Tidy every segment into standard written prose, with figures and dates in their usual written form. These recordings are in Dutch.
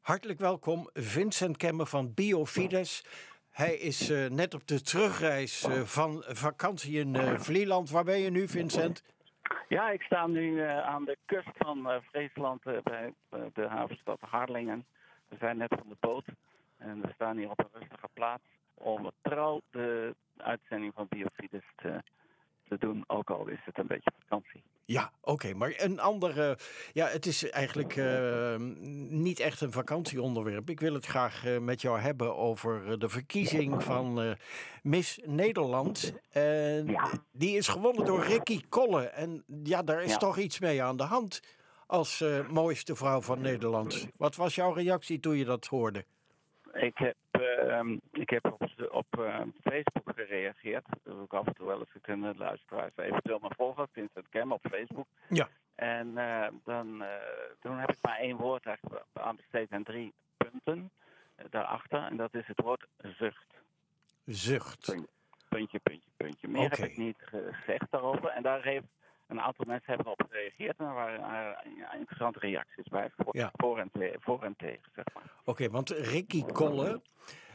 Hartelijk welkom, Vincent Kemmer van Biofides. Hij is net op de terugreis van vakantie in Vlieland. Waar ben je nu, Vincent? Ja, ik sta nu aan de kust van Friesland bij de havenstad Harlingen. We zijn net van de boot en we staan hier op een rustige plaats om trouw de uitzending van Biofides te doen, ook al is het een beetje vakantie. Ja, oké, maar een andere... Ja, het is eigenlijk niet echt een vakantieonderwerp. Ik wil het graag met jou hebben over de verkiezing van Miss Nederland. Die is gewonnen door Ricky Kolle. En ja, daar is toch iets mee aan de hand als mooiste vrouw van Nederland. Wat was jouw reactie toen je dat hoorde? Ik heb op Facebook gereageerd. Dat doe ik af en toe wel eens. Kunnen luisteraars eventueel me volgen. Vincent Kemmer op Facebook. Ja. En toen heb ik maar één woord eigenlijk aan besteed en 3 punten daarachter. En dat is het woord zucht. Zucht. Puntje, puntje, puntje. Meer heb ik niet gezegd daarover. En daar heeft een aantal mensen hebben op gereageerd. En er waren interessante reacties bij. Voor en tegen, zeg maar. Oké, want Ricky Kolle,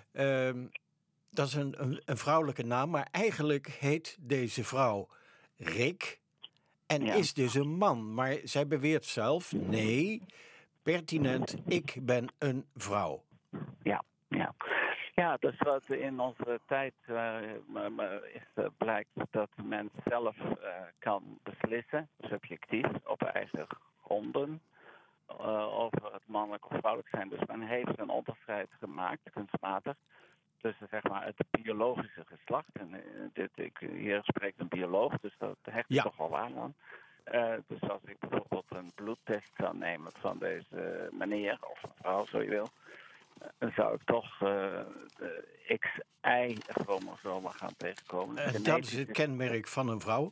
dat is een vrouwelijke naam. Maar eigenlijk heet deze vrouw Rick en is dus een man. Maar zij beweert zelf, nee, pertinent, ik ben een vrouw. Ja. Ja, dus wat in onze tijd blijkt dat men zelf kan beslissen, subjectief, op eigen gronden, over het mannelijk of vrouwelijk zijn. Dus men heeft een onderscheid gemaakt, kunstmatig, tussen zeg maar het biologische geslacht. En hier spreekt een bioloog, dus dat hecht ik toch wel aan. Dus als ik bijvoorbeeld een bloedtest zou nemen van deze meneer, of een vrouw, zo je wil, dan zou ik toch de XY-chromosomen gaan tegenkomen. En dat is het kenmerk van een vrouw?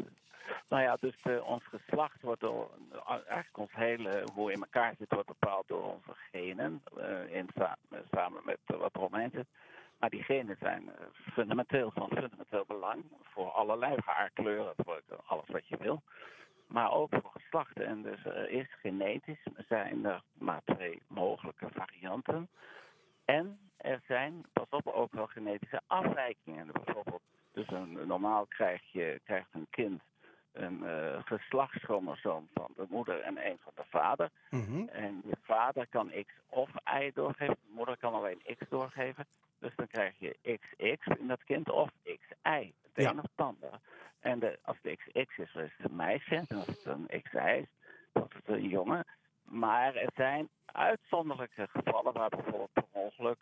Nou ja, dus ons geslacht wordt door, eigenlijk ons hele, hoe we in elkaar zit, wordt bepaald door onze genen, samen met wat eromheen zit. Maar die genen zijn van fundamenteel belang voor allerlei haarkleuren, voor alles wat je wil. Maar ook voor geslachten. En dus er is genetisch, zijn er maar 2 mogelijke varianten. En er zijn, pas op, ook wel genetische afwijkingen. Bijvoorbeeld, dus normaal krijgt een kind een geslachtschromosoom van de moeder en een van de vader. Mm-hmm. En je vader kan X of Y doorgeven. De moeder kan alleen X doorgeven. Dus dan krijg je XX in dat kind of XY. Het een of het ander. En als het XX is, is het een meisje. En als het een XY is, wordt het een jongen. Maar er zijn uitzonderlijke gevallen waar bijvoorbeeld per ongeluk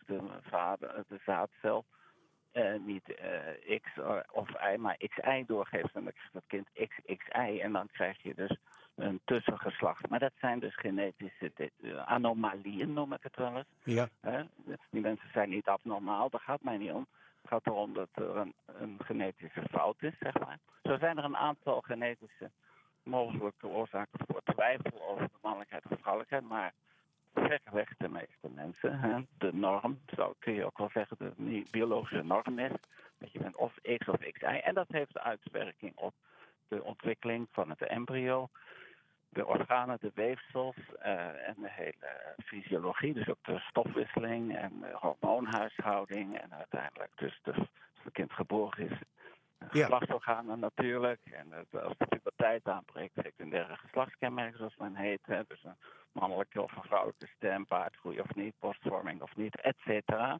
de zaadcel niet X of Y, maar XY doorgeeft. En dan krijgt het kind XXY en dan krijg je dus een tussengeslacht. Maar dat zijn dus genetische anomalieën, noem ik het wel eens. Ja. Die mensen zijn niet abnormaal, daar gaat mij niet om. Het gaat erom dat er een genetische fout is, zeg maar. Zo zijn er een aantal genetische mogelijke oorzaken voor twijfel over de mannelijkheid of vrouwelijkheid, maar verreweg de meeste mensen. De norm, kun je ook wel zeggen, de biologische norm is dat je bent of X of XY. En dat heeft uitwerking op de ontwikkeling van het embryo, de organen, de weefsels en de hele fysiologie. Dus ook de stofwisseling en de hormoonhuishouding. En uiteindelijk dus als het kind geboren is, geslachtsorganen natuurlijk. En als de puberteit aanbreekt, secundaire geslachtskenmerken zoals men heet. Dus een mannelijke of een vrouwelijke stem, baardgroei of niet, borstvorming of niet, et cetera.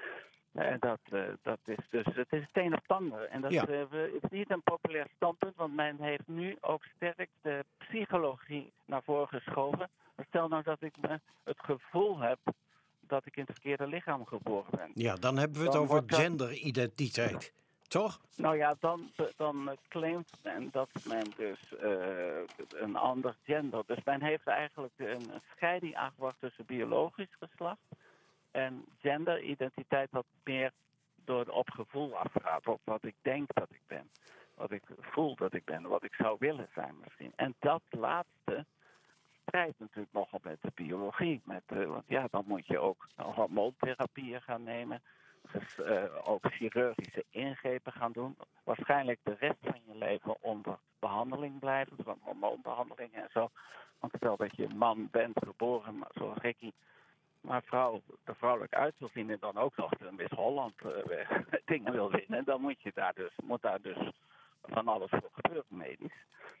Dat is dus, het is het een of het ander. En dat is niet een populair standpunt, want men heeft nu ook sterk de psychologie naar voren geschoven. Stel nou dat ik het gevoel heb dat ik in het verkeerde lichaam geboren ben. Ja, dan hebben we het over genderidentiteit, toch? Nou ja, dan claimt men dat men dus een ander gender. Dus men heeft eigenlijk een scheiding aangebracht tussen biologisch geslacht en genderidentiteit, wat meer op gevoel afgaat. Op wat ik denk dat ik ben. Wat ik voel dat ik ben. Wat ik zou willen zijn misschien. En dat laatste strijdt natuurlijk nogal met de biologie. Want dan moet je ook hormoontherapieën gaan nemen. Dus ook chirurgische ingrepen gaan doen. Waarschijnlijk de rest van je leven onder behandeling blijven. Van hormoonbehandelingen en zo. Want stel dat je een man bent, geboren zoals Ricky, maar de vrouwelijke uitvinding dan ook nog de Miss Holland dingen wil winnen, dan moet daar dus van alles voor gebeuren medisch.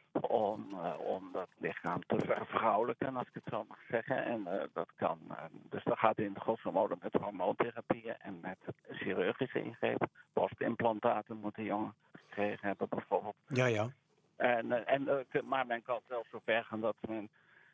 Om dat lichaam te vervrouwelijken, als ik het zo mag zeggen. En dat kan. Dus dat gaat in grosso modo met hormoontherapieën en met chirurgische ingrepen. Borstimplantaten moet de jongen gekregen hebben, bijvoorbeeld. Ja. Maar men kan zelfs zo ver gaan dat men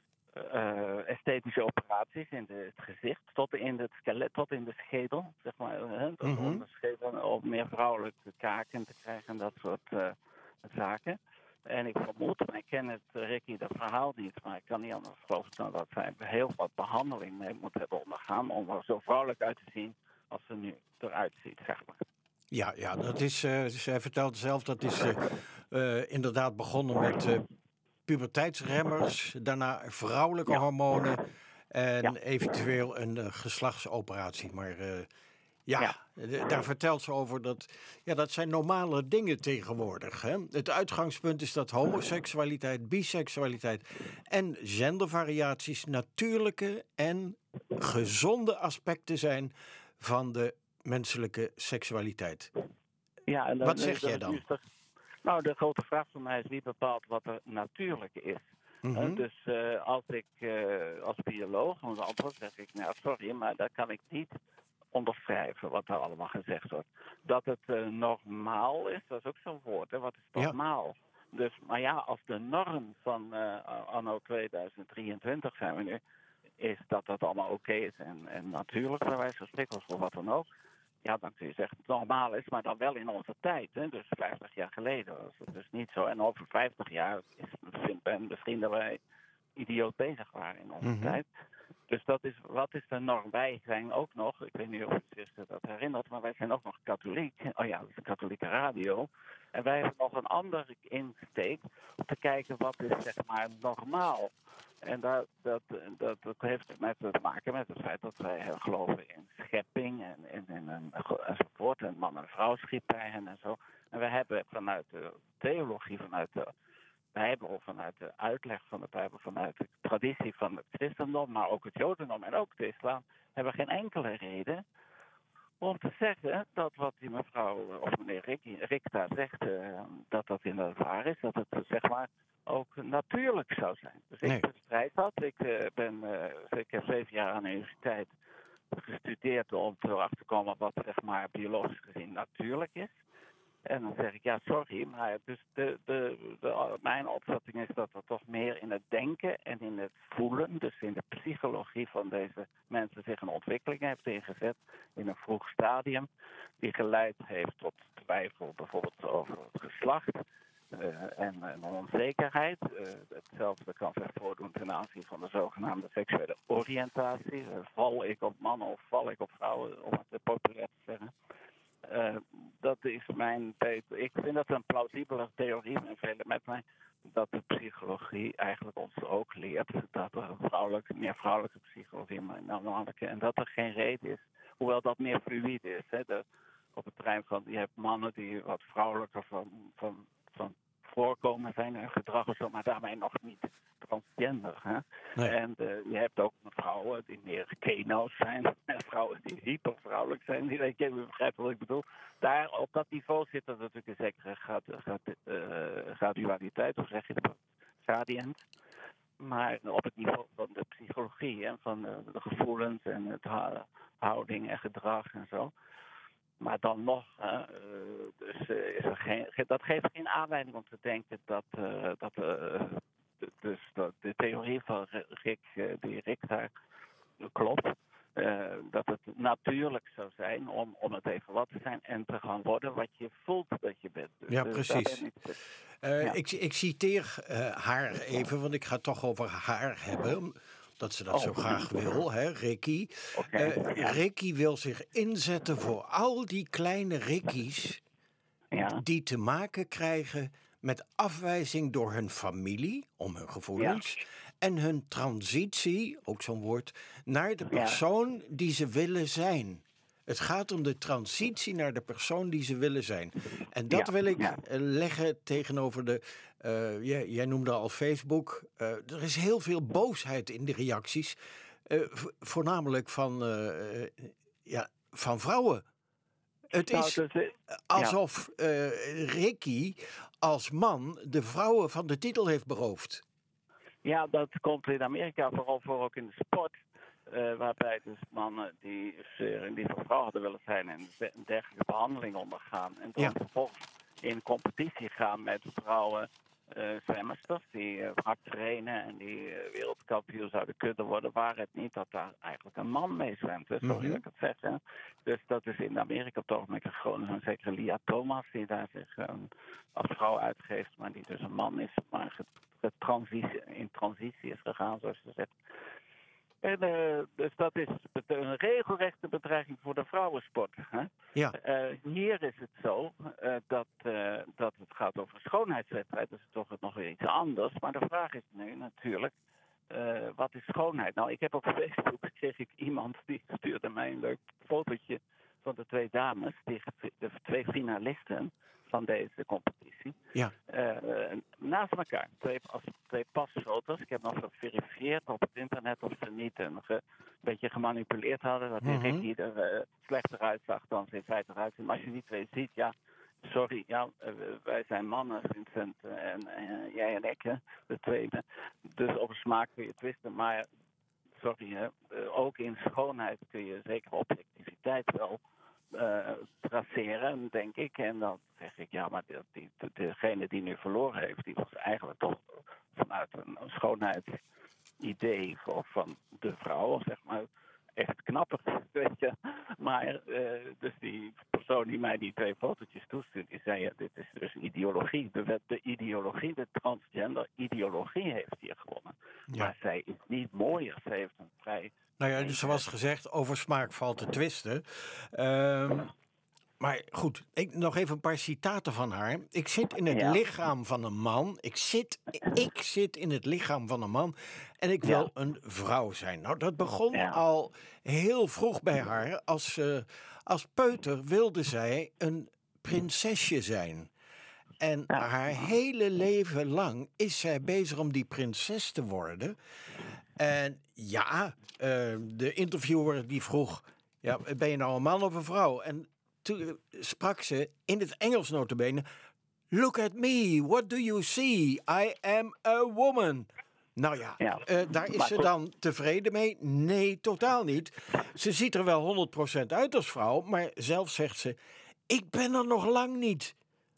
esthetische operaties in het gezicht tot in het skelet, tot in de schedel, zeg maar, om de schedel op meer vrouwelijke kaken te krijgen, dat soort zaken. En ik vermoed, maar ik ken het Ricky dat verhaal niet, maar ik kan niet anders geloven dan dat zij heel wat behandeling mee moet hebben ondergaan om er zo vrouwelijk uit te zien als ze nu eruit ziet, zeg maar. Ja, dat is, zij vertelt zelf, dat is inderdaad begonnen met puberteitsremmers, daarna vrouwelijke hormonen en eventueel een geslachtsoperatie. Maar daar vertelt ze over dat zijn normale dingen tegenwoordig. Hè? Het uitgangspunt is dat homoseksualiteit, biseksualiteit en gendervariaties natuurlijke en gezonde aspecten zijn van de menselijke seksualiteit. Ja, en wat zeg jij dan? Nou, de grote vraag voor mij is wie bepaalt wat er natuurlijk is. Dus als ik als bioloog moet antwoord, zeg ik, nou sorry, maar dat kan ik niet onderschrijven wat er allemaal gezegd wordt. Dat het normaal is, dat is ook zo'n woord, hè? Wat is normaal? Ja. Dus, maar ja, als de norm van anno 2023 zijn we nu, is dat allemaal oké is en natuurlijk, bij wijze van spreken, of wat dan ook. Ja, dan kun je zeggen dat het normaal is, maar dan wel in onze tijd. Hè? Dus 50 jaar geleden was het dus niet zo. En over 50 jaar vindt men misschien dat wij idioot bezig waren in onze tijd. Dus wat is de norm? Wij zijn ook nog, ik weet niet of u zich dat herinnert, maar wij zijn ook nog katholiek. Oh ja, dat is de katholieke radio. En wij hebben nog een andere insteek om te kijken wat is zeg maar normaal. En dat heeft te maken met het feit dat wij geloven in schepping enzovoort. En man en vrouw schiep bij hen en zo. En we hebben vanuit de theologie, vanuit de Bijbel, vanuit de uitleg van de Bijbel, vanuit de traditie van het christendom, maar ook het jodendom en ook de islam, hebben geen enkele reden om te zeggen dat wat die mevrouw of meneer Rick daar zegt, dat inderdaad waar is. Dat het zeg maar ook natuurlijk zou zijn. Dus ik bestrijd dat. Ik heb 7 jaar aan de universiteit gestudeerd om erachter te komen wat zeg maar biologisch gezien natuurlijk is. En dan zeg ik, ja, sorry, maar dus mijn opvatting is dat er toch meer in het denken en in het voelen, dus in de psychologie van deze mensen zich een ontwikkeling heeft ingezet in een vroeg stadium, die geleid heeft tot twijfel bijvoorbeeld over het geslacht en een onzekerheid. Hetzelfde kan zich voordoen ten aanzien van de zogenaamde seksuele oriëntatie. Val ik op mannen of val ik op vrouwen, om het populair te zeggen. Dat is ik vind dat een plausibele theorie met mij, dat de psychologie eigenlijk ons ook leert dat er meer vrouwelijke psychologie, maar mannelijke, en dat er geen reden is, hoewel dat meer fluïde is. Hè, op het terrein van, je hebt mannen die wat vrouwelijker van voorkomen zijn en gedrag of zo, maar daarmee nog niet transgender. Hè? Nee. En je hebt ook vrouwen die meer keno's zijn en vrouwen die hypervrouwelijk zijn. Ik begrijp wat ik bedoel. Daar op dat niveau zit er natuurlijk een zekere gradualiteit, of zeg je dat, gradient. Maar op het niveau van de psychologie en van de gevoelens en het houding en gedrag en zo. Maar dan nog, dat geeft geen aanleiding om te denken dat de theorie van Rick daar klopt. Dat het natuurlijk zou zijn om het even wat te zijn en te gaan worden wat je voelt dat je bent. Dus, ja, precies. Ik citeer haar even, want ik ga het toch over haar hebben. Dat ze dat zo graag wil, hè, Ricky. Ricky wil zich inzetten voor al die kleine Ricky's die te maken krijgen met afwijzing door hun familie, om hun gevoelens, en hun transitie, ook zo'n woord, naar de persoon die ze willen zijn. Het gaat om de transitie naar de persoon die ze willen zijn. En dat wil ik leggen tegenover de... jij noemde al Facebook. Er is heel veel boosheid in de reacties. voornamelijk van vrouwen. Het is alsof Ricky als man de vrouwen van de titel heeft beroofd. Ja, dat komt in Amerika vooral voor, ook in de sport. Waarbij dus mannen die in die van vrouw hadden willen zijn en een dergelijke behandeling ondergaan. En dan vervolgens in competitie gaan met vrouwen zwemmers die hard trainen en die wereldkampioen zouden kunnen worden, waar het niet dat daar eigenlijk een man mee zwemt. Sorry dat ik het zeg. Hè. Dus dat is in Amerika op het ogenblik gewoon een zekere Lia Thomas die daar zich als vrouw uitgeeft, maar die dus een man is, maar in transitie is gegaan, zoals ze zegt. En, dus dat is een regelrechte bedreiging voor de vrouwensport. Hè? Ja. Hier is het zo dat het gaat over een schoonheidswedstrijd. Dus toch nog weer iets anders. Maar de vraag is nu natuurlijk, wat is schoonheid? Nou, ik heb op Facebook kreeg ik iemand die stuurde mij een leuk fotootje van de twee dames, de twee finalisten van deze competitie. Ja. Naast elkaar. Twee pasfoto's. Ik heb nog geverifieerd op het internet of ze niet een beetje gemanipuleerd hadden. Dat die Ricky er slechter uitzag dan ze in feite eruit ziet. Maar als je die twee ziet, ja, sorry, ja, wij zijn mannen, Vincent en jij en ik, hè, de twee. Dus op smaak kun je twisten. Maar sorry, hè, ook in schoonheid kun je zeker objectiviteit wel traceren, denk ik. En dan zeg ik, ja, maar degene die nu verloren heeft, die was eigenlijk toch vanuit een schoonheidsidee van de vrouw, zeg maar, echt knapper, weet je. Maar dus die persoon die mij die twee fotootjes toestuurt, die zei, ja, dit is dus ideologie. De ideologie, de transgender ideologie heeft hier gewonnen. Ja. Maar zij is niet mooier. Zij heeft een vrij... Nou ja, dus zoals gezegd, over smaak valt te twisten. Maar goed, nog even een paar citaten van haar. Ik zit in het lichaam van een man. Ik zit in het lichaam van een man. En ik wil een vrouw zijn. Nou, dat begon al heel vroeg bij haar. Als peuter wilde zij een prinsesje zijn. En haar hele leven lang is zij bezig om die prinses te worden. En de interviewer die vroeg, ja, ben je nou een man of een vrouw? En toen sprak ze in het Engels nota bene, look at me, what do you see? I am a woman. Nou ja, daar is ze dan tevreden mee? Nee, totaal niet. Ze ziet er wel 100% uit als vrouw, maar zelf zegt ze, ik ben er nog lang niet.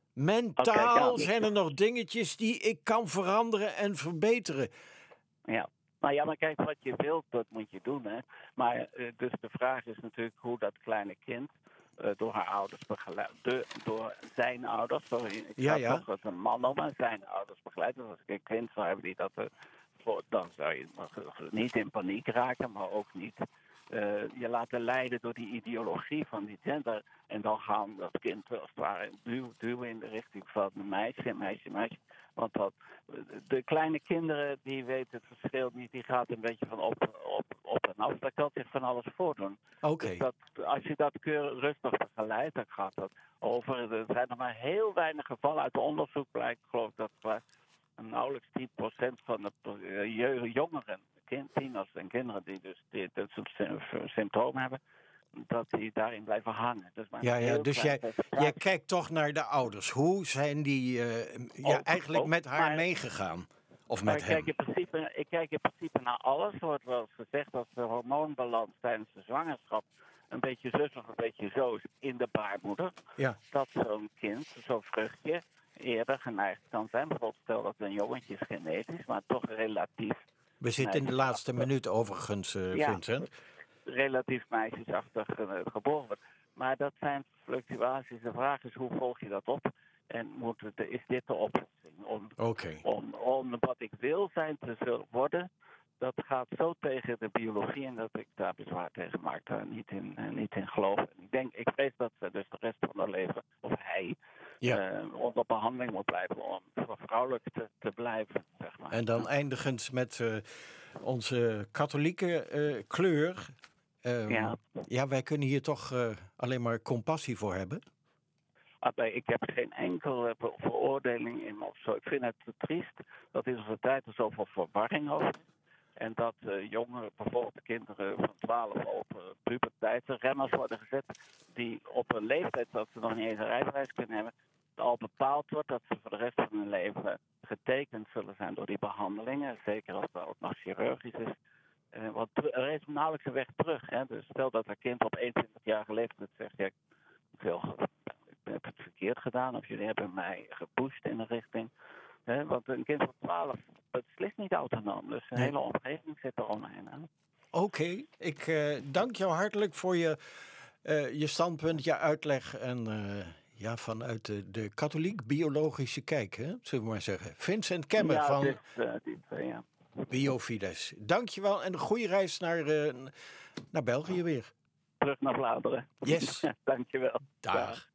Mentaal zijn er nog dingetjes die ik kan veranderen en verbeteren. Ja. Nou ja, maar kijk, wat je wilt, dat moet je doen, hè. Maar dus de vraag is natuurlijk hoe dat kleine kind door haar ouders begeleid, door zijn ouders, sorry, ik ga toch als een man om, en zijn ouders begeleid. Dus als ik een kind zou hebben die dat, dan zou je niet in paniek raken, maar ook niet je laten leiden door die ideologie van die gender. En dan gaan dat kind als het ware duwen in de richting van meisje. Want de kleine kinderen, die weten het verschil niet. Die gaat een beetje van op en af. Daar kan zich van alles voordoen. Okay. Dus als je dat rustig begeleidt, dan gaat dat over. Er zijn nog maar heel weinig gevallen. Uit onderzoek blijkt, geloof ik, dat nauwelijks 10% van de jongeren, tieners en kinderen die dus dit soort symptomen hebben, dat die daarin blijven hangen. Dus jij kijkt toch naar de ouders. Hoe zijn die eigenlijk met haar meegegaan? Of met hem? Ik kijk in principe naar alles. Er wordt wel eens gezegd dat de hormoonbalans tijdens de zwangerschap een beetje zus of een beetje zo is in de baarmoeder. Ja. Dat zo'n kind, zo'n vruchtje, eerder geneigd kan zijn. Bijvoorbeeld stel dat een jongetje is genetisch, maar toch relatief. We zitten in de laatste minuut overigens, Vincent. Relatief meisjesachtig geboren wordt. Maar dat zijn fluctuaties. De vraag is, hoe volg je dat op? En is dit de oplossing? Om wat ik wil zijn te zullen worden, dat gaat zo tegen de biologie en dat ik daar bezwaar tegen maak, daar niet in geloof. Ik vrees dat ze dus de rest van haar leven, of hij, onder behandeling moet blijven om vrouwelijk te blijven, zeg maar. En dan eindigend met onze katholieke kleur. Wij kunnen hier toch alleen maar compassie voor hebben. Ik heb geen enkele veroordeling in me of zo. Ik vind het te triest dat in onze tijd er zoveel verwarring over is. En dat jongeren, bijvoorbeeld kinderen van 12 op puberteit, remmers worden gezet die op een leeftijd dat ze nog niet eens een rijbewijs kunnen hebben, al bepaald wordt dat ze voor de rest van hun leven getekend zullen zijn door die behandelingen. Zeker als dat ook nog chirurgisch is. Want er is nauwelijks een weg terug. Hè? Dus stel dat een kind op 21-jarige leeftijd zegt, ja, ik heb het verkeerd gedaan of jullie hebben mij gepusht in een richting. Want een kind van 12 beslist niet autonoom. Dus een hele omgeving zit er omheen. Oké, ik dank jou hartelijk voor je standpunt, je uitleg en vanuit de katholiek-biologische kijk, hè, zullen we maar zeggen. Vincent Kemme van Biofides. Dank je wel en een goede reis naar België weer. Terug naar Vlaanderen. Yes. Dank je wel. Dag.